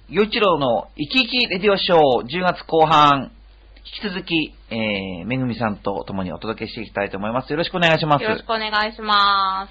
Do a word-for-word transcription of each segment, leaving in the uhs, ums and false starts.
陽一郎の生き生きレディオショーじゅうがつこう半、引き続き、えー、めぐみさんと共にお届けしていきたいと思います。よろしくお願いします。 よろしくお願いします。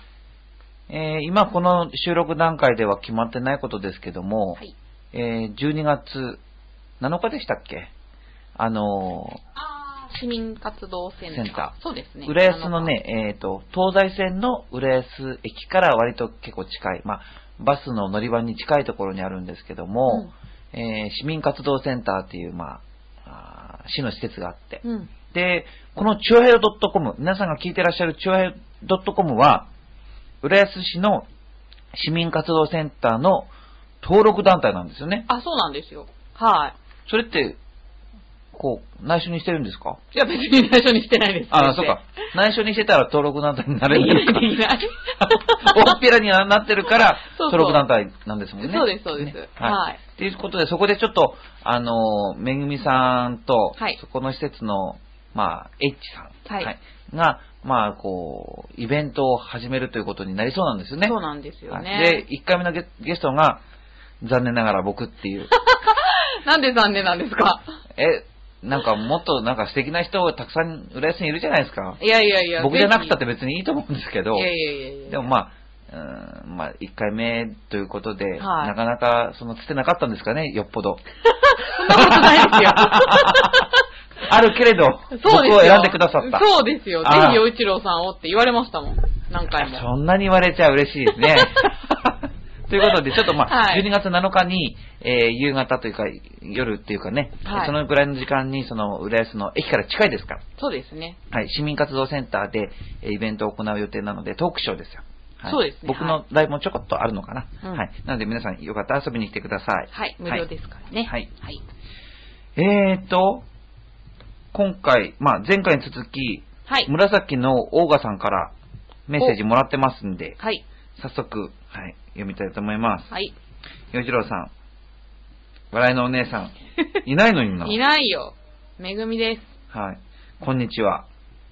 えー、今この収録段階では決まってないことですけども、はい、えー、じゅうにがつなのかでしたっけ？あのー、 あ市民活動センター。センター。そうですね。 浦安のね、えっと、東西線の浦安駅から割と結構近い、まあ、バスの乗り場に近いところにあるんですけども、うん、えー、市民活動センターっていう、まあ、あ市の施設があって、うん、で、このチュアヘヨ .com、皆さんが聞いてらっしゃるチュアヘヨ .com は、浦安市の市民活動センターの登録団体なんですよね。 あ、そうなんですよ。はい。 それって、こう、内緒にしてるんですか？ いや、別に内緒にしてないです。 ああ、そうか。内緒にしてたら登録団体になれるんですか？ できない。 大っぴらになってるから、登録団体なんですもんね。 そうです、そうです。ね、はい。はい。 ということで、そこでちょっと、あの、めぐみさんと、はい、そこの施設の、まあ、エッチさん、はいはい、が、まあ、こう、イベントを始めるということになりそうなんですよね。 そうなんですよね。 はい、で、いっかいめのゲ、ゲストが、残念ながら僕っていう。 なんで残念なんですか？ え、なんかもっとなんか素敵な人がたくさん浦安にいるじゃないですか。 いやいやいや。 僕じゃなくたって別にいいと思うんですけど。 いやいやいやいや。 でもまあ、うん、まあいっかいめということで、はい、なかなかそのつてなかったんですかね、よっぽど。 そんなことないですよ。 あるけれど、僕を選んでくださった。 そうですよ。ぜひ陽一郎さんをって言われましたもん。何回も。 そんなに言われちゃ嬉しいですね。ということで、ちょっとまあ、はい、じゅうにがつなのかに、えー、夕方というか、夜っていうかね、はい、そのぐらいの時間に、その、浦安の駅から近いですから。 そうですね。 はい、市民活動センターで、えー、イベントを行う予定なので、トークショーですよ。はい、 そうですね。 僕のライブもちょこっとあるのかな。はい。はい、なので、皆さんよかったら遊びに来てください。 はい、無料ですからね。 はい。はい、えーと、今回、まあ、前回に続き、はい、紫のオーガさんからメッセージもらってますんで、はい。早速、はい、読みたいと思います。はい。陽一郎さん、笑いのお姉さん、いないのにな。 いないよ。めぐみです。 はい。こんにちは。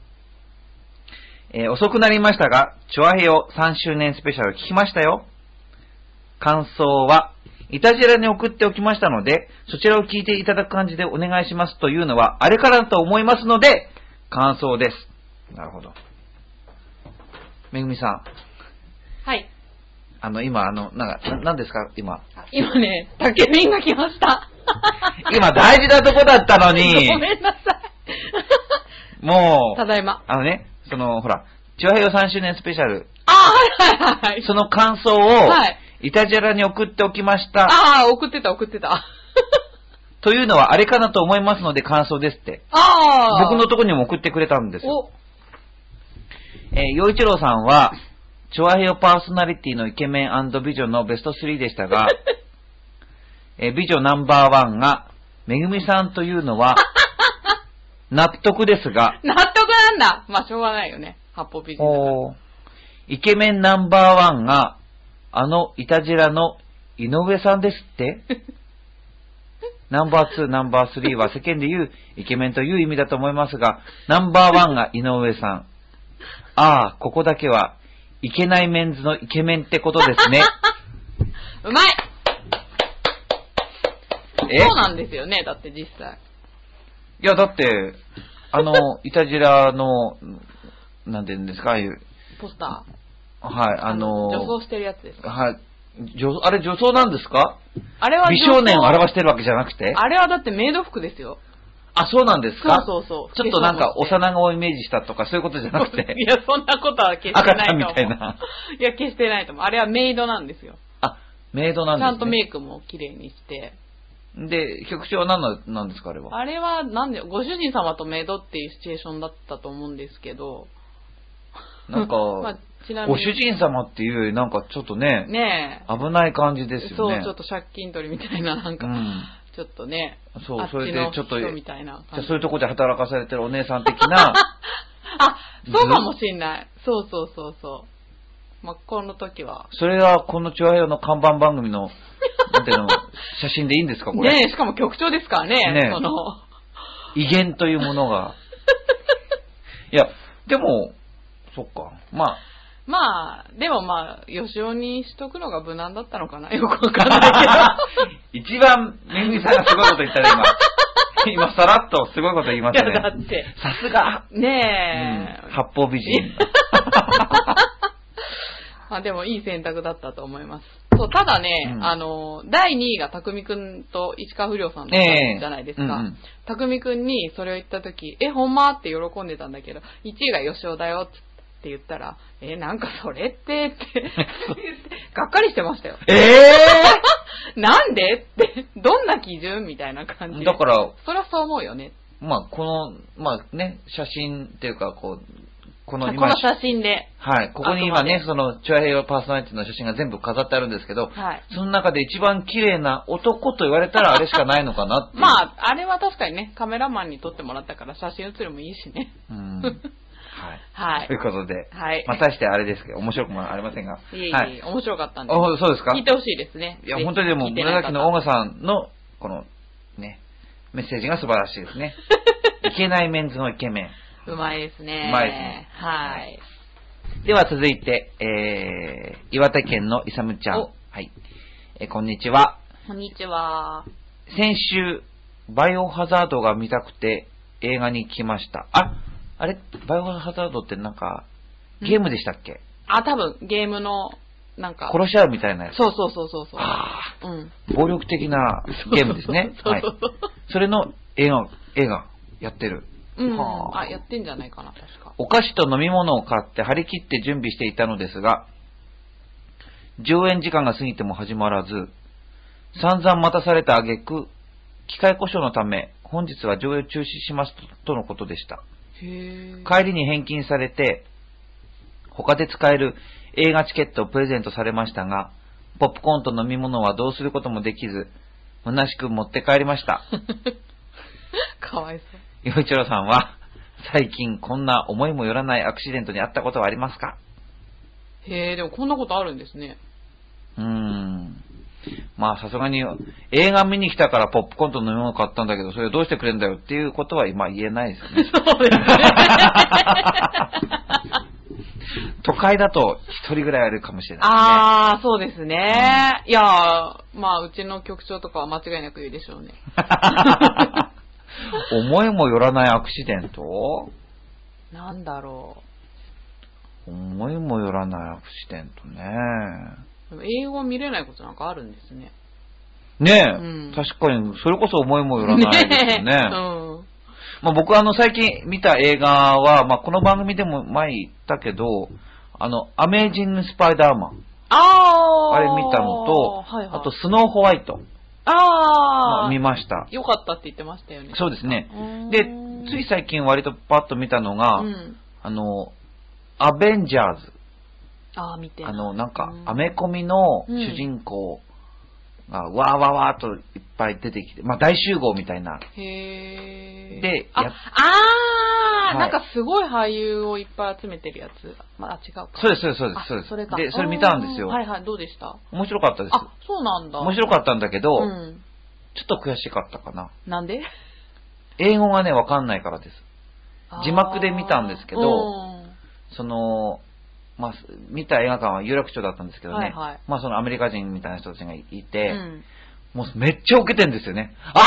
えー、遅くなりましたが、チョアヘヨさんしゅうねんスペシャル聞きましたよ。感想は、イタジェラに送っておきましたので、そちらを聞いていただく感じでお願いしますというのは、あれからだと思いますので、感想です。なるほど。めぐみさん。 はい。 あの、今、あの、なんか、何ですか、今。 今ね、竹瓶が来ました。 今、大事なとこだったのに。 ごめんなさい。もう。 ただいま。 あのね、その、ほら、チュアヘヨさんしゅうねんスペシャル。 ああ、はいはいはい。 その感想を、はい。イタジェラに送っておきました。 ああ、送ってた、送ってた。 というのは、あれかなと思いますので、感想ですって。 ああ。 僕のとこにも送ってくれたんですよ。えー、陽一郎さんは、チョアヘヨパーソナリティのイケメン&美女のベストスリーでしたが、え美女ナンバーワンが、めぐみさんというのは、納得ですが、 納得なんだ。まあ、しょうがないよね。八方美人だから。 イケメンナンバーワンが、あのイタジェラの井上さんですってナンバーツー、ナンバースリーは世間で言うイケメンという意味だと思いますが、ナンバーワンが井上さん。ああ、ここだけは、イケないメンズのイケメンってことですね。 うまい。え？そうなんですよね、だって実際。 いや、だって、あの、イタジラの、なんて言うんですか、ああいう。 ポスター。はい、あの、 女装してるやつですか？ はい。女、あれ女装なんですか？ あれは美少年を表してるわけじゃなくて？ あれはだってメイド服ですよ。 あ、そうなんですか？ そうそうそう。 ちょっとなんか、幼子をイメージしたとか、そういうことじゃなくて。 いや、そんなことは決してないと思う。 赤ちゃんみたいな。 いや、決してないと思う。あれはメイドなんですよ。 あ、メイドなんですね。 ちゃんとメイクも綺麗にして。 で、曲調は何な、なんですか、あれは。 あれは、なんで、ご主人様とメイドっていうシチュエーションだったと思うんですけど。 なんか、まあ、ちなみにご主人様っていうよりなんかちょっとね、ね危ない感じですよね。 そう、ちょっと借金取りみたいな、なんか、うん、ちょっとね、 そう、それでちょっと、 みたいなじゃそういうとこで働かされてるお姉さん的な。 あ、そうかもしんない。そうそうそうそう。まあ、この時は。 それはこのチュアヘヨの看板番組の、なんていうの、写真でいいんですか、これ。 ねえ、しかも局長ですからね。ねその。 威厳というものが。いや、でも、そっか。まあ、 まあ、でもまあ、吉尾にしとくのが無難だったのかな。よくわかんないけど。一番、めぐみさんがすごいこと言ったね、今。今、さらっとすごいこと言いましたね。 いや、だって。 さすが。 ねえ、 うん。八方美人。 まあでもいい選択だったと思います。そう、ただね、うん、あの、だいにいが匠くんと市川不良さんだったじゃないですか。匠くんにそれを言ったとき、え、ほんまって喜んでたんだけど、いちいが吉尾だよって言ったら、え、なんかそれってって、がっかりしてましたよ。 えー、なんでって、どんな基準みたいな感じ。 だから、 そりゃそう思うよね。 まあ、この、まあね、写真っていうか、こう、 この今、この写真で。 はい。ここに今ね、その、チュアヘイヨパーソナリティの写真が全部飾ってあるんですけど、はい。その中で一番綺麗な男と言われたらあれしかないのかなっていう。 まあ、あれは確かにね、カメラマンに撮ってもらったから写真写るもいいしね。 うん。はい。 はい。 ということで、 はい。 またしてあれですけど、面白くもありませんが。 いえいえ、 はい、 面白かったんで。 あ、そうですか？ 聞いてほしいですね。 いや、本当にでも、紫のオガさんの、この、ね、メッセージが素晴らしいですね。いけないメンズのイケメン。 うまいですね。 うまいですね。 はい。 では続いて、えー、岩手県のいさむちゃん。はい、えー。こんにちは。 こんにちは。 先週、バイオハザードが見たくて映画に来ました。あ、あれバイオハザードってなんか、ゲームでしたっけ？ あ、多分、ゲームの、なんか。 殺し合うみたいなやつ。 そうそうそうそうそう。 ああ、うん。暴力的なゲームですね。はい。それの映画、映画、やってる。 うん、あ、あ、やってんじゃないかな、確か。 お菓子と飲み物を買って張り切って準備していたのですが、上演時間が過ぎても始まらず、散々待たされた挙句、機械故障のため、本日は上映中止しますとのことでした。 へー。 帰りに返金されて、他で使える映画チケットをプレゼントされましたが、ポップコーンと飲み物はどうすることもできず、虚しく持って帰りました。 かわいそう。 洋一郎さんは最近こんな思いもよらないアクシデントに遭ったことはありますか？ へえ、でもこんなことあるんですね。 うーん。まあさすがに映画見に来たからポップコーンと飲み物買ったんだけど、それをどうしてくれるんだよっていうことは今言えないですよね。 そうですね。 都会だと一人ぐらいあるかもしれないですね。 ああ、そうですね。うん、いやまあうちの局長とかは間違いなく言うでしょうね。 思いもよらないアクシデント？ なんだろう。思いもよらないアクシデントね。 でも英語見れないことなんかあるんですね。 ねえ、 うん、 確かにそれこそ思いもよらないですよね。 ねうん、 まあ、僕はあの最近見た映画は、まあ、この番組でも前言ったけど、あの、アメージングスパイダーマン。 ああれ見たのと、はいはい、あとスノーホワイト。 ああ、 まあ、見ました。 よかったって言ってましたよね。 そうですね。で、つい最近割とパッと見たのが、 うん、 あの、アベンジャーズ。 ああ、見て。 あの、なんか、アメコミの主人公が、わーわーわーといっぱい出てきて、まあ大集合みたいな。 へー。 で、 あ、あー、はい、なんかすごい俳優をいっぱい集めてるやつ。まあ、違うか。 そうです、そうです、そうです。そうですそれか。 で、それ見たんですよ。 はいはい、どうでした？ 面白かったです。 あ、そうなんだ。 面白かったんだけど、 うん、 ちょっと悔しかったかな。 なんで？ 英語がね、わかんないからです。字幕で見たんですけど、その、まあ、見た映画館は有楽町だったんですけどね、はいはい、まあそのアメリカ人みたいな人たちがいて、うん、もうめっちゃウケてんですよね。あはは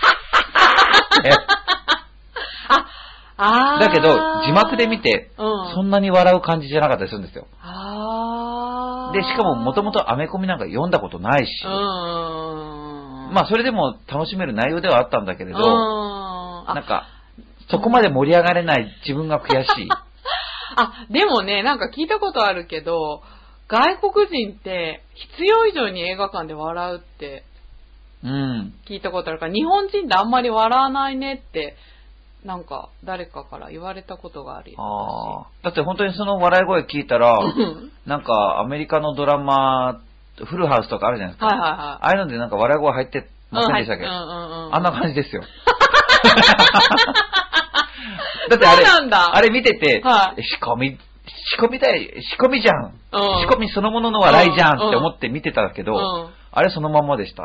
ああだけど、字幕で見て、うん、そんなに笑う感じじゃなかったりするんですよ。 あで、しかももともとアメコミなんか読んだことないし、 うん、 まあそれでも楽しめる内容ではあったんだけれど、なんか、そこまで盛り上がれない自分が悔しい。 あ、でもね、なんか聞いたことあるけど、外国人って必要以上に映画館で笑うって聞いたことあるから、うん、日本人ってあんまり笑わないねって、なんか誰かから言われたことがあるよ。 あだって本当にその笑い声聞いたら、なんかアメリカのドラマ、フルハウスとかあるじゃないですか。 はいはいはい。 ああいうのでなんか笑い声入ってませんでしたっけ？ うんうんうんうん、 あんな感じですよ。だってあれ、あれ見てて、はい、仕込み、仕込みだよ、仕込みじゃん、うん。仕込みそのものの笑いじゃんって思って見てたけど、うん、あれそのまんまでした。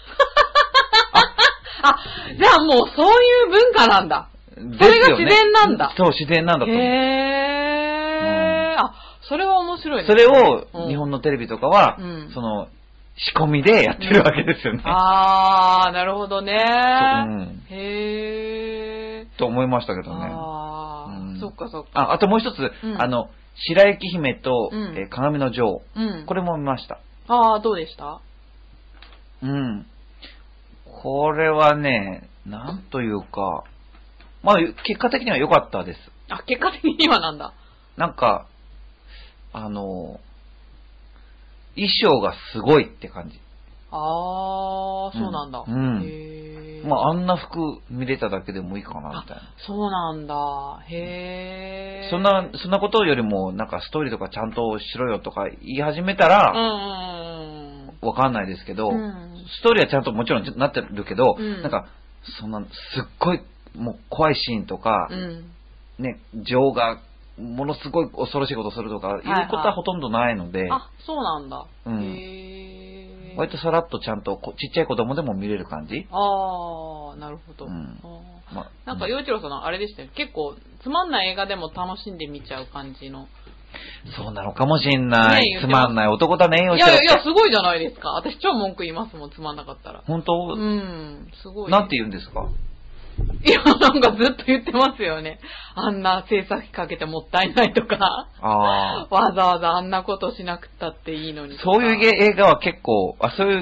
あ、じゃあもうそういう文化なんだ。それが自然なんだ。 そう、自然なんだと思う。 へー、うん。あ、 それは面白いですね。それを日本のテレビとかは、うん、その、仕込みでやってるわけですよね。うん、 あー、なるほどね。 うん、 へー。 と思いましたけどね。 あー、うん、そっかそっか。 あ、あともう一つ、うん、あの、白雪姫と、うん、えー、鏡の女王、うん。これも見ました。 あー、どうでした？ うん。これはね、なんというか、まあ、結果的には良かったです。 あ、結果的にはなんだ。 なんか、あの、衣装がすごいって感じ。 あー、そうなんだ。 うん。へー。まあ、あんな服見れただけでもいいかな、みたいな。 そうなんだ。へー。 そんな、そんなことよりも、なんかストーリーとかちゃんとしろよとか言い始めたら、うんうん、わかんないですけど、うん、ストーリーはちゃんともちろんなってるけど、うん、なんか、そんな、すっごい、もう怖いシーンとか、うん、ね、女王が、ものすごい恐ろしいことするとか、いうことはほとんどないので。はいはい、 あ、そうなんだ。 うん。へー。割とさらっとちゃんとちっちゃい子供でも見れる感じ。 あー、なるほど。うん、ま、なんか、洋一郎さんのあれでしたよ。結構、つまんない映画でも楽しんで見ちゃう感じの。 そうなのかもしんない。ね、つまんない男だね、洋一郎。いやいや、すごいじゃないですか。私超文句言いますもん、つまんなかったら。 本当？ うん、すごい。 なんて言うんですか？ いや、なんかずっと言ってますよね。あんな制作費かけてもったいないとか。あわざわざあんなことしなくたっていいのにとか。 そういう映画は結構、あ、そういう、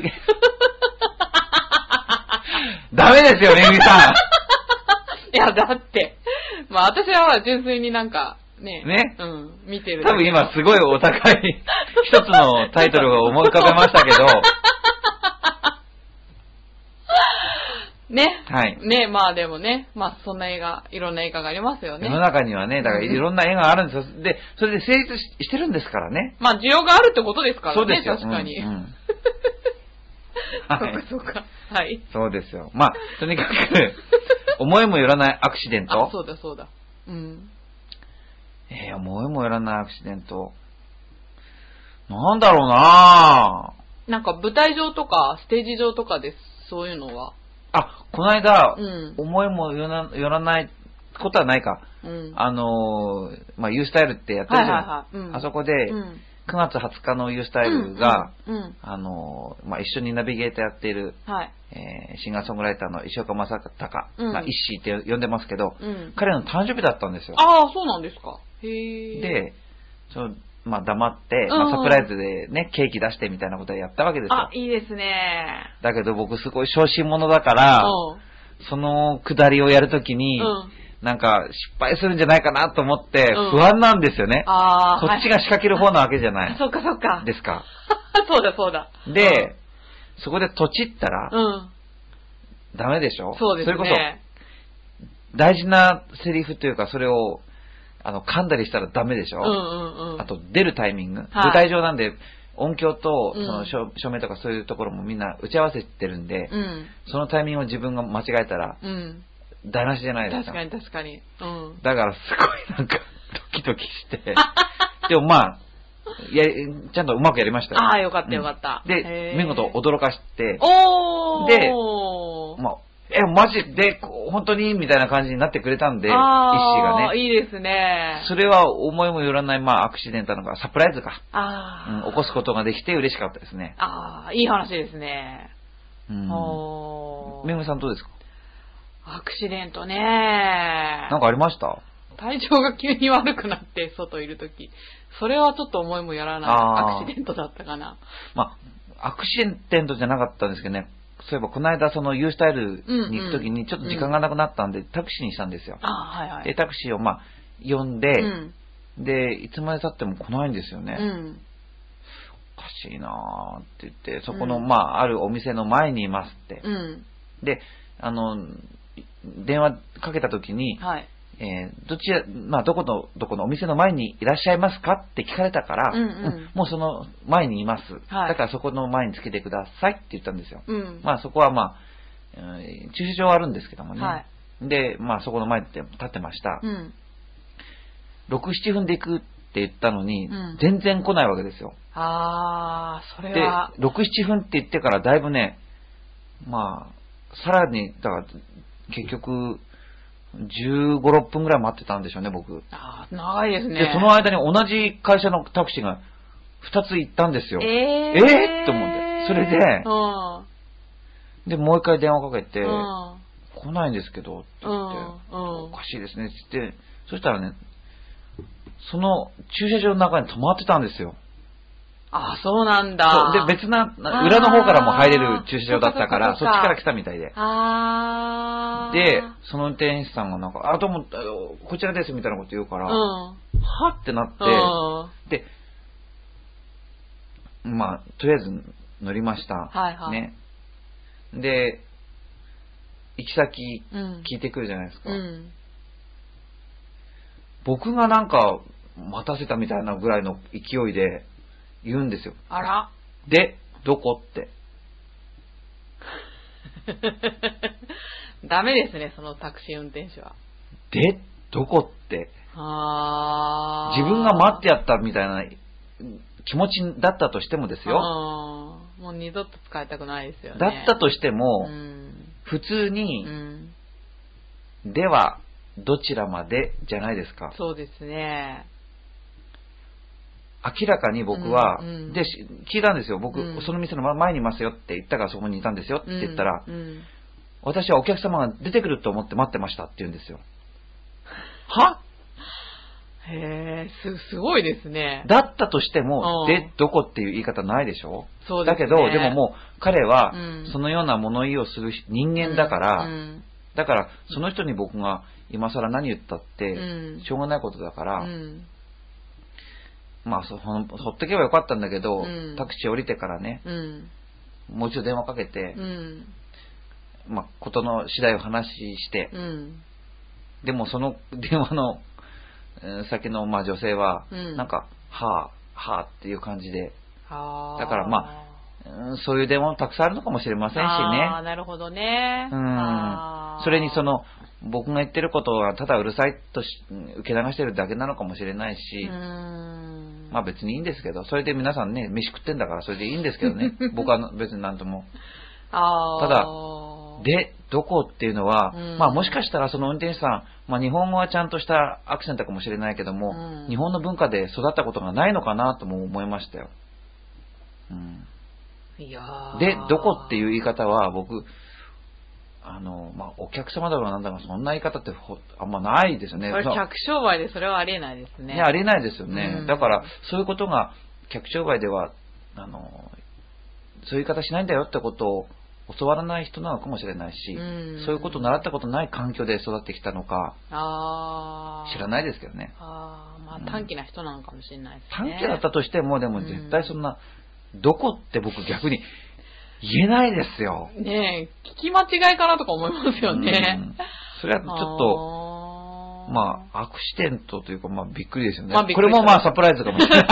ダメですよ、めぐみさん。 いや、だって、まあ私は純粋になんか、ね。 ね。 うん、見てる。 多分今すごいお高い一つのタイトルを思い浮かべましたけど、 ね。 はい。 ね、まあでもね、まあそんな映画、いろんな映画がありますよね。 世の中にはね、だからいろんな映画があるんですよ。で、それで成立してるんですからね。 まあ需要があるってことですからね。 そうですよ。 確かに。うんうん、 はい。 そうか、そうか。はい。 そうですよ。まあ、とにかく、思いもよらないアクシデント。 あ、そうだそうだ。うん。 えー、思いもよらないアクシデント。なんだろうなぁ。 なんか舞台上とか、ステージ上とかでそういうのは。 あ、この間、うん、思いもよら、よらないことはないか。うん、あのー、まあ、ユースタイルってやってるじゃん。はいはいはいうん、あそこで、うん、くがつはつかのユースタイルが、うんうんうん、あのー、まあ、一緒にナビゲーターやっている、はいえー、シンガーソングライターの石岡正隆、うんまあ、イッシーって呼んでますけど、うん、彼の誕生日だったんですよ。 ああ、そうなんですか。へー。 で、そのまあ黙って、まあ、サプライズでね、ケーキ出してみたいなことをやったわけですよ。 あ、いいですね。 だけど僕すごい小心者だから、そのくだりをやるときに、うん、なんか失敗するんじゃないかなと思って不安なんですよね。うん、あこっちが仕掛ける方なわけじゃない。 はい、そっかそっか。 ですか。 そうだそうだ。 で、うん、そこでとちったら、うん、ダメでしょ？ そうですね。 それこそ、大事なセリフというかそれを、あの、噛んだりしたらダメでしょ、うんうんうん、あと、出るタイミング。はい、舞台上なんで、音響と、その、照明とかそういうところもみんな打ち合わせてるんで、うん、そのタイミングを自分が間違えたら、うん、台無しじゃないですか。 確かに確かに。うん、 だから、すごいなんか、ドキドキして。でもまあ、やちゃんとうまくやりましたよ。 ああ、よかったよかった。 うん、で、見事驚かして、 おーで、まあ、え、マジで、本当にみたいな感じになってくれたんで、一子がね。 いいですね。 それは思いもよらない、まあ、アクシデントなのか、サプライズか。あうん、起こすことができて嬉しかったですね。 ああ、いい話ですね。 うん。めぐみさんどうですか？ アクシデントね。 なんかありました？ 体調が急に悪くなって、外いるとき。それはちょっと思いもよらないアクシデントだったかな。 まあ、アクシデントじゃなかったんですけどね。そういえば、この間、その、ユースタイルに行くときに、ちょっと時間がなくなったんで、うん、タクシーにしたんですよ。 あはいはい。 で、タクシーを、まあ、呼んで、うん、で、いつまで経っても来ないんですよね。うん、おかしいなーって言って、そこの、うん、まあ、あるお店の前にいますって。うん、で、あの、電話かけたときに、はい、えー、どちら、まあ、どこの、どこのお店の前にいらっしゃいますかって聞かれたから、うんうんうん、もうその前にいます、はい。だからそこの前につけてくださいって言ったんですよ。うん、まあそこはまあ、えー、駐車場はあるんですけどもね。はい、で、まあそこの前で立ってました。うん、ろく、ななふんで行くって言ったのに、うん、全然来ないわけですよ。 あー、それは。 で、ろく、ななふんって言ってからだいぶね、まあ、さらに、だから結局、 じゅうご、ろっぷんぐらい待ってたんでしょうね、僕。 ああ、長いですね。 で、その間に同じ会社のタクシーがふたつ行ったんですよ。 えー、 えー、って思って。それで、 うん、 で、もう一回電話かけて、 うん、 来ないんですけど、って言って、うん、おかしいですね、って言って、そしたらね、その駐車場の中に止まってたんですよ。 あ、そうなんだ。 で、別な、裏の方からも入れる駐車場だったから、そっちから来たみたいで。 あで、その運転手さんがなんか、あ、どうも、こちらですみたいなこと言うから、うん、はってなって、うん、で、まあ、とりあえず乗りました。 はいはい。 ね。で、行き先聞いてくるじゃないですか。うん、僕がなんか待たせたみたいなぐらいの勢いで言うんですよ。 あら。 で、どこって。 ダメですね、そのタクシー運転手は。 で、どこって。 あ自分が待ってやったみたいな気持ちだったとしてもですよ。 もう二度と使いたくないですよね。 だったとしても、うん、普通に、うん、では、どちらまでじゃないですか。 そうですね。 明らかに僕は、うんうん、で、聞いたんですよ。僕、うん、その店の前にいますよって言ったからそこにいたんですよって言ったら、うんうん、私はお客様が出てくると思って待ってましたって言うんですよ。はへー、す、すごいですね。 だったとしても、で、どこっていう言い方ないでしょ？ そうですね。 だけど、でももう、彼は、そのような物言いをする人間だから、うんうん、だから、その人に僕が今更何言ったって、しょうがないことだから、うん、まあそ、ほっとけばよかったんだけど、うん、タクシー降りてからね、うん、もう一度電話かけて、うん、まあ、ことの次第を話して、うん、でもその電話の、先のまあ女性は、なんか、うん、はぁ、はぁっていう感じで。だからまあ、そういう電話もたくさんあるのかもしれませんしね。 ああ、なるほどね。 うん。それにその、僕が言ってることはただうるさいとし受け流してるだけなのかもしれないし、うんまあ別にいいんですけど、それで皆さんね、飯食ってんだからそれでいいんですけどね。僕は別になんとも。 あただ、で、どこっていうのは、うん、まあもしかしたらその運転手さん、まあ日本語はちゃんとしたアクセントかもしれないけども、うん、日本の文化で育ったことがないのかなとも思いましたよ。うん、 いやで、どこっていう言い方は僕、あの、まあお客様だろうなんだかそんな言い方ってあんまないですよね。 これ客商売でそれはありえないですね。 ね、ありえないですよね。うん、だからそういうことが客商売では、あの、そういう言い方しないんだよってことを教わらない人なのかもしれないし、うん、そういうことを習ったことない環境で育ってきたのか、あ知らないですけどね。 あまあ短気な人なのかもしれないですね。短気だったとしても、でも絶対そんな、うん、どこって僕逆に言えないですよ。 ねえ、聞き間違いかなとか思いますよね。うん、 それはちょっと、まあ、アクシデントというか、まあびっくりですよね。まあ、これもまあサプライズかもしれない。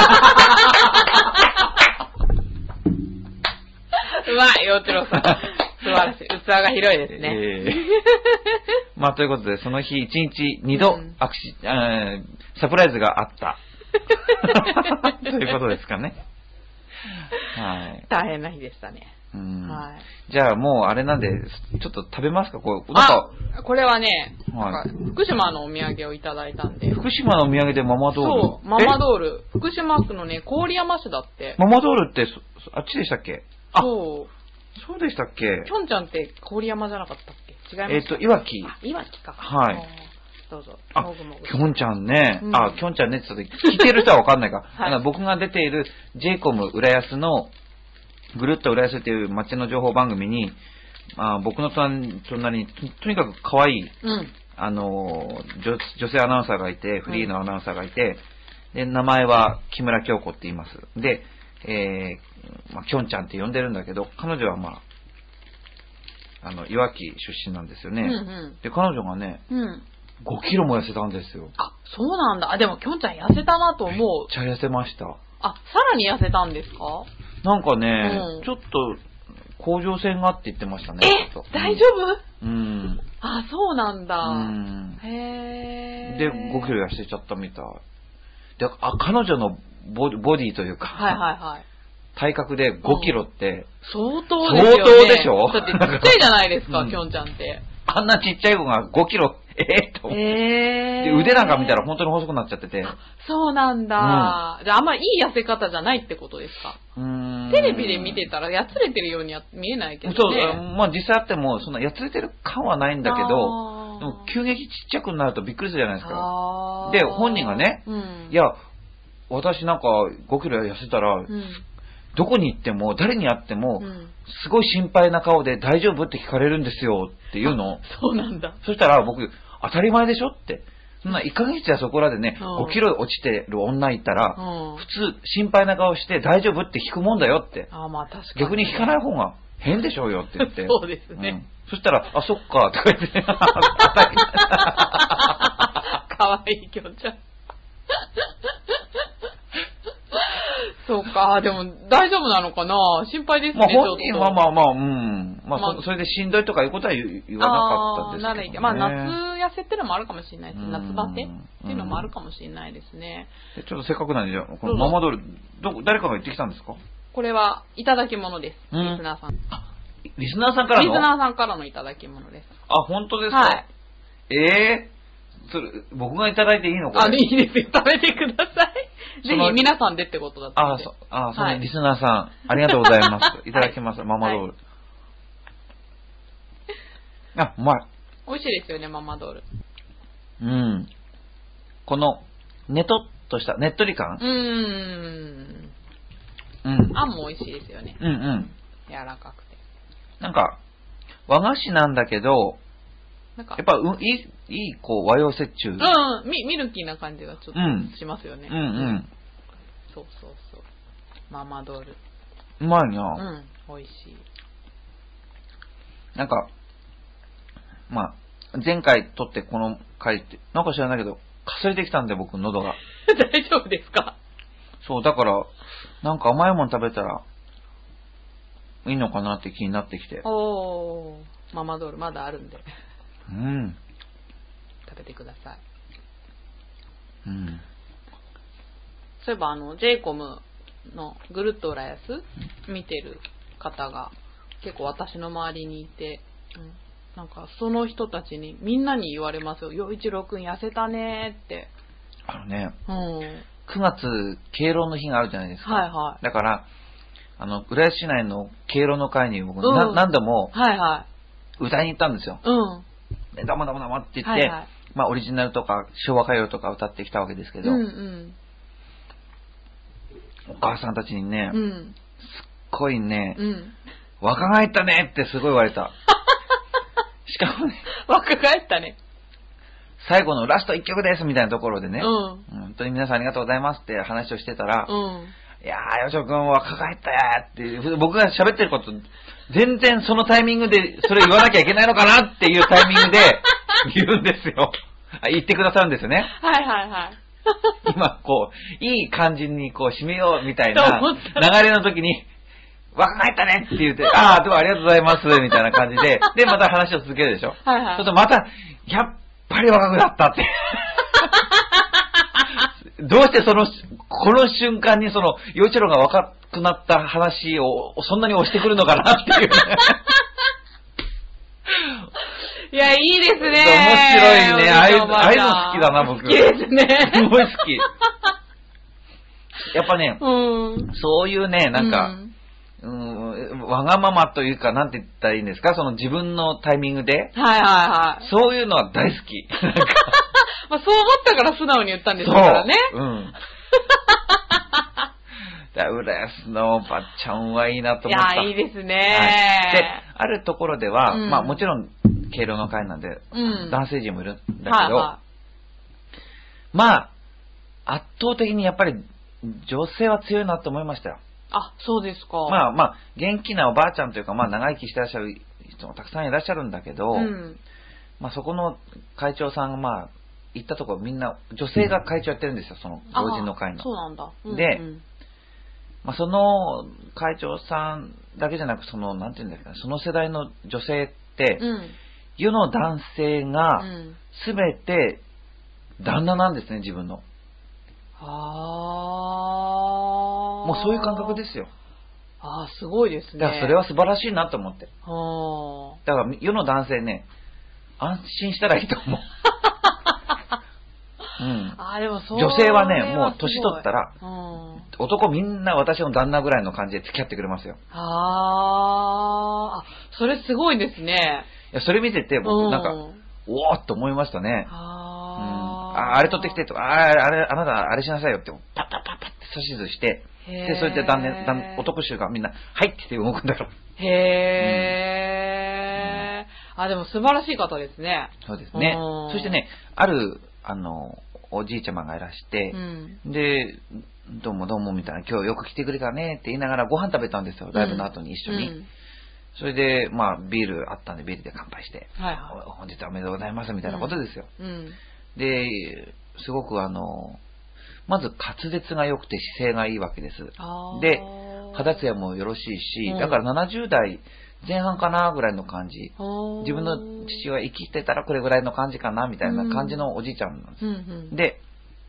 うまい、陽一郎さん。素晴らしい。器が広いですね。えー、 まあ、ということで、その日一日二度、うん、アクシ、えー、サプライズがあった。ということですかね。はい。 大変な日でしたね。 うんはい、じゃあもうあれなんで、ちょっと食べますかこうなんかあ、これはね、はい、なんか福島のお土産をいただいたんで。 福島のお土産でママドールそう、ママドール。福島区のね、郡山市だって。 ママドールってあっちでしたっけ？ そう。 そうでしたっけ？ きょんちゃんって郡山じゃなかったっけ？違いますか？ えっと、いわき。 あ、いわきか。 はい。 どうぞ。 あ、きょんちゃんね。うん、あ、きょんちゃんねって言った時、聞いてる人はわかんないか。はい、僕が出ている ジェイコム 浦安の、ぐるっと浦安っていう街の情報番組に、あ僕の隣にと、とにかく可愛い、うん、あの女、女性アナウンサーがいて、フリーのアナウンサーがいて、うん、で、名前は木村京子って言います。で、えー、まあ、きょんちゃんって呼んでるんだけど、彼女はまあ、あの、いわき出身なんですよね。うんうん、で、彼女がね、うん、ごキロも痩せたんですよ。 あ、そうなんだ。あ、でもきょんちゃん痩せたなと思う。めっちゃ痩せました。 あ、さらに痩せたんですか？ なんかね、うん、ちょっと、甲状腺がって言ってましたね。 え、大丈夫？うん。 あ、そうなんだ。 うん。 へー。 で、ごキロ痩せちゃったみたい。で、あ、彼女のボボディというか、 はいはいはい。 体格でごキロって、 うん、相当ですよね。 相当でしょ？ だってちっちゃいじゃないですか、きょんちゃんって。 あんなちっちゃい子がごキロ、 えー、と思って、 えー、 で腕なんか見たら本当に細くなっちゃってて。 そうなんだ、うん、じゃああんまりいい痩せ方じゃないってことですか？ うーん、 テレビで見てたらやつれてるようには見えないけどね。 そう、まあ実際あってもそんなやつれてる感はないんだけど、でも急激ちっちゃくなるとびっくりするじゃないですか。で本人がね、うん、いや私なんかごキロ痩せたら、うん、どこに行っても誰に会っても、うん、すごい心配な顔で大丈夫って聞かれるんですよっていうの。 そうなんだ。 そしたら僕当たり前でしょって。そんないっかげつやそこらでね、うん、ごキロ落ちてる女いたら、うん、普通心配な顔して大丈夫って聞くもんだよって。 あ、まあ確かに。 逆に聞かない方が変でしょうよって言って。 そうですね。うん、 そしたら、あ、そっか、とか言って。かわいいきょんちゃん。そうか、でも大丈夫なのかな、心配ですね。 まあ本人はまあまあ、うん。まあ、まあ、そ, それでしんどいとかいうことは 言, 言わなかったですけど、ね。あ、ならいいけど、 まあ夏痩せっていうのもあるかもしれないです。夏バテっていうのもあるかもしれないですね。 ちょっとせっかくなんで、このママドール、ど誰かが言ってきたんですか？ これはいただき物です。リスナーさん。 リスナーさんからの？ リスナーさんからのいただき物です。 あ、本当ですか？ はい。 ええー、それ、僕がいただいていいのかな？ あ、いいですよ。食べてください。ぜひ皆さんでってことだったので。 あ、そ、あ、そのリスナーさん、はい、ありがとうございます。いただきます、はい、ママドール。はい、あ、うまい。 美味しいですよね、ママドール。 うん。この、ねとっとした、ねっとり感。 うーん。うん。あんも美味しいですよね。 うんうん。 柔らかくて。 なんか、和菓子なんだけど、なんかやっぱ、うん、いい、いい、こう、和洋折衷。 うん、ミ、ミルキーな感じがちょっとしますよね。 うん、うん、うん。 そうそうそう。ママドール。 うまいな。 うん、美味しい。 なんか、まあ、前回撮ってこの回って、なんか知らないけど、かすれてきたんで僕、喉が。 大丈夫ですか？ そう、だから、なんか甘いもの食べたら、いいのかなって気になってきて。 おー、ママドールまだあるんで。 うん。 食べてください。 うん。 そういえば、あの、ジェイコムのぐるっと浦安見てる方が結構私の周りにいて、うん、なんかその人たちにみんなに言われますよ。陽一郎くん痩せたねーって。 あのね、 うん、 くがつ敬老の日があるじゃないですか。 はいはい。 だから、あの、浦安市内の敬老の会に僕、うん、な何度も歌いに行ったんですよ。 うんでダマダマダマって言って、 はいはい、 まあオリジナルとか昭和歌謡とか歌ってきたわけですけど、 うんうん、 お母さんたちにね、 うん、 すっごいね、 うん、 若返ったねってすごい言われた。しかもね、 若返ったね。 最後のラストいっきょくですみたいなところでね、 うん、 本当に皆さんありがとうございますって話をしてたら、 うん、 いやー、よしょくん若返ったやーって、僕が喋ってること、全然そのタイミングでそれ言わなきゃいけないのかなっていうタイミングで言うんですよ。言ってくださるんですよね。 はいはいはい。 今、こう、いい感じにこう締めようみたいな流れの時に、若返ったねって言って、ああ、どうもありがとうございますみたいな感じで、で、また話を続けるでしょ。 はいはい。 そうするとまた、やっぱり若くなったって。どうしてその、この瞬間にその、陽一郎が若くなった話をそんなに押してくるのかなっていう。 いや、いいですね。面白いね。ああいう、ああいうの好きだな、僕。 好きですね。 すごい好き。やっぱね、 うん、 そういうね、なんか、うん、わがままというか、なんて言ったらいいんですか、その自分のタイミングで。 はいはいはい。 そういうのは大好き。なんかまあそう思ったから素直に言ったんですからね。 そう。うん。浦安のおばちゃんはいいなと思った。 いや、いいですね、 はい。で、あるところでは、 うん、 まあもちろん、敬老の会なんで、 うん、 男性陣もいるんだけど、 はいはい、 まあ、圧倒的にやっぱり女性は強いなと思いましたよ。 あ、そうですか。 まあまあ、元気なおばあちゃんというか、まあ長生きしてらっしゃる人もたくさんいらっしゃるんだけど、 うん、 まあそこの会長さんがまあ、行ったところみんな、女性が会長やってるんですよ、その老人の会の。 そうなんだ。うんうん、 で、まあ、その会長さんだけじゃなく、その、なんていうんですかね、その世代の女性って、 うん、 世の男性が、すべて旦那なんですね、自分の。 ああ。 もうそういう感覚ですよ。 ああ、すごいですね。 だからそれは素晴らしいなと思って。 はだから世の男性ね、安心したらいいと思う。 うん、 あ、でもそう。 女性はね、もう年取ったら、 うん、 男みんな私の旦那ぐらいの感じで付き合ってくれますよ。 ああ、それすごいですね。 いや、それ見てて、僕、なんか、うん、おーっと思いましたね。あ、うん、あ、あれ取ってきてとか、あ、あれ、あなた、あれしなさいよって、パッパッパッパッって指図して、で、それで旦那、旦男衆がみんな、はいって動くんだろう。 へー、うん。あ、でも素晴らしい方ですね。 そうですね。そしてね、ある、あの、おじいちゃまがいらして、うん、で、どうもどうもみたいな、今日よく来てくれたねって言いながらご飯食べたんですよ、ライブの後に一緒に。うん、それで、まあ、ビールあったんで、ビールで乾杯して、はいはい、本日はおめでとうございますみたいなことですよ。うんうん、で、すごくあの、まず滑舌が良くて姿勢がいいわけです。で、肌ツヤもよろしいし、だからななじゅう代前半かなぐらいの感じ。自分の父は生きてたらこれぐらいの感じかなみたいな感じのおじいちゃんなんです。うんうん、で、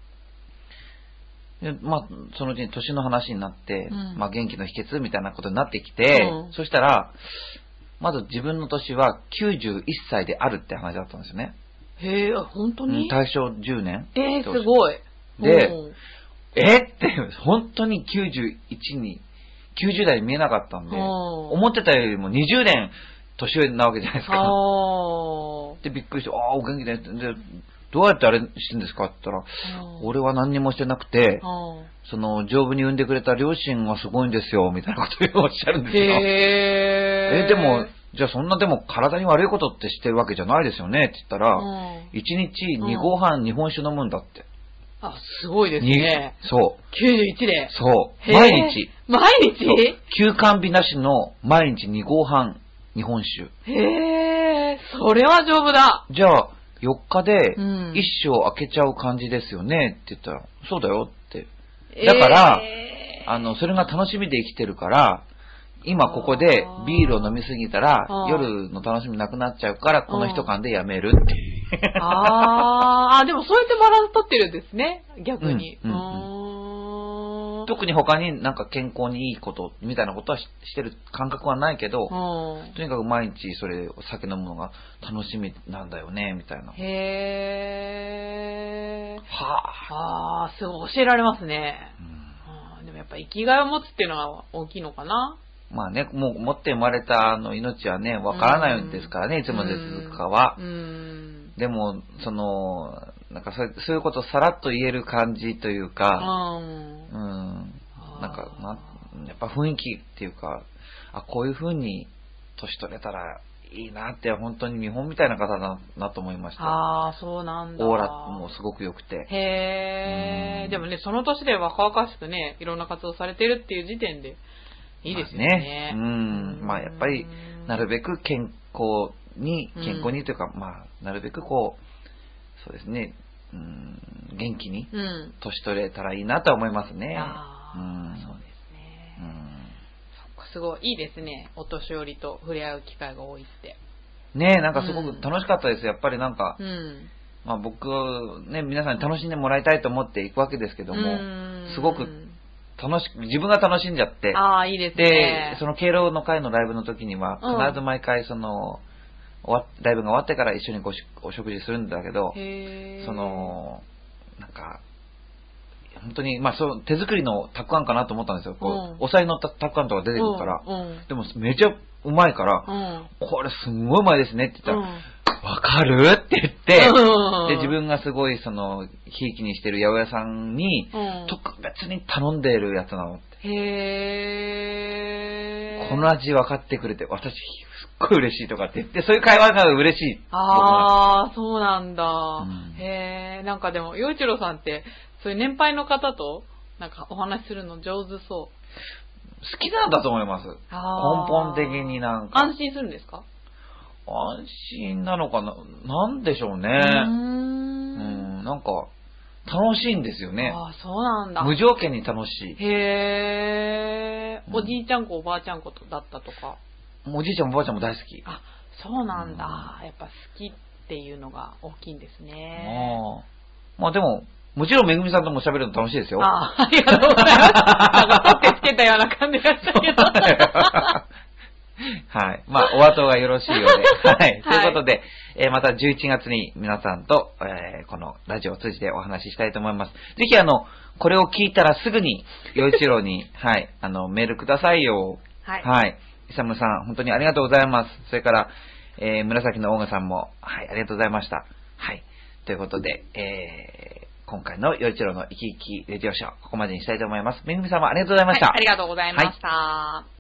でまあ、そのうちに年の話になって、うん、まあ、元気の秘訣みたいなことになってきて、うん、そしたら、まず自分の年はきゅうじゅういっさいであるって話だったんですよね。 へえ、本当に？ 大正じゅうねん。 えー、すごい。 で、えって、本当にきゅうじゅういちに、きゅうじゅう代に見えなかったんで、思ってたよりもにじゅうねん年上なわけじゃないですか。で、びっくりして、ああ、お元気で、で、どうやってあれしてんですかって言ったら、俺は何にもしてなくて、その、丈夫に産んでくれた両親がすごいんですよ、みたいなことをおっしゃるんですよ。へー。え、でも、じゃあそんなでも体に悪いことってしてるわけじゃないですよねって言ったら、いちにちに合半日本酒飲むんだって。 あ、すごいですね。 そう。 きゅうじゅういちで。 そう。毎日。 毎日？ 休館日なしの毎日に合半日本酒。 へー、それは丈夫だ。 じゃあ、よっかで一生開けちゃう感じですよねって言ったら、そうだよって。だから、えー、あの、それが楽しみで生きてるから、今ここでビールを飲みすぎたら、夜の楽しみなくなっちゃうから、この一缶でやめるって。 ああ、でもそうやってバランス取ってるんですね、逆に。うんうんうん、特に他になんか健康にいいことみたいなことは し, してる感覚はないけど、とにかく毎日それお酒飲むのが楽しみなんだよね、みたいな。 へー。 はあ。ああ、すごい教えられますね、うん。でもやっぱ生きがいを持つっていうのは大きいのかな。 まあね、もう持って生まれたあの命はね、わからないんですからね、いつまで続くかは。うん、でも、その、なんかそう、そういうことをさらっと言える感じというか、うん、なんかな、やっぱ雰囲気っていうか、あ、こういう風に年取れたらいいなって、本当に見本みたいな方だなと思いました。 ああ、そうなんだ。 オーラもすごく良くて。 へえ、うん、でもね、その年で若々しくね、いろんな活動されてるっていう時点で、いいですよね。 まあ、ね、うん。まあやっぱり、なるべく健康に、健康にというか、うん、まあ、なるべくこう、そうですね、うん、元気に、年取れたらいいなと思いますね。 ああ、うん、そうですね。うん、そっか、すごい、いいですね。お年寄りと触れ合う機会が多いって。 ねえ、なんかすごく楽しかったです。やっぱりなんか、うん、まあ僕、ね、皆さんに楽しんでもらいたいと思っていくわけですけども、すごく、楽しく、自分が楽しんじゃって。 ああ、いいですね。 で、その敬老の会のライブの時には、必ず毎回その、終わライブが終わってから一緒にごしお食事するんだけど、その、なんか、本当に、まあそう、手作りのたくあんかなと思ったんですよ。こう、うん、お皿に乗ったたくあんとか出てくるから。うんうん、でも、めちゃうまいから、うん、これすんごいうまいですねって言ったら、わ、うん、かるって言って、うん、で、自分がすごいその、ひいきにしてる八百屋さんに、うん、特別に頼んでいるやつなのって。 へー。 この味分かってくれて、私、すっごい嬉しいとかって言って、そういう会話が嬉しい。 ああ、そうなんだ。うん、へー。なんかでも、陽一郎さんって、そういう年配の方と、なんかお話しするの上手そう。 好きなんだと思います。根本的になんか。 安心するんですか？ 安心なのかな、なんでしょうね。うーん、うん、なんか楽しいんですよね。 ああ、そうなんだ。 無条件に楽しい。 へえ、うん。おじいちゃん子おばあちゃん子だったとか。 おじいちゃんもおばあちゃんも大好き。 あ、そうなんだ。うん、やっぱ好きっていうのが大きいんですね。 ああ、まあでももちろんめぐみさんとも喋るの楽しいですよ。 ああ、ありがとうございます。なんか取ってつけたような感じがしたけど。 はい。まあ、お後がよろしいようで。はい。ということで、えー、またじゅういちがつに皆さんと、えー、このラジオを通じてお話ししたいと思います。ぜひ、あの、これを聞いたらすぐに、陽一郎に、はい、あの、メールくださいよ。 はい。 はい。イサムさん、本当にありがとうございます。それから、えー、紫のオーガさんも、はい、ありがとうございました。はい。ということで、えー、今回の陽一郎の生き生きレディオショー、ここまでにしたいと思います。めぐみさんもありがとうございました。 はい、ありがとうございました。はい。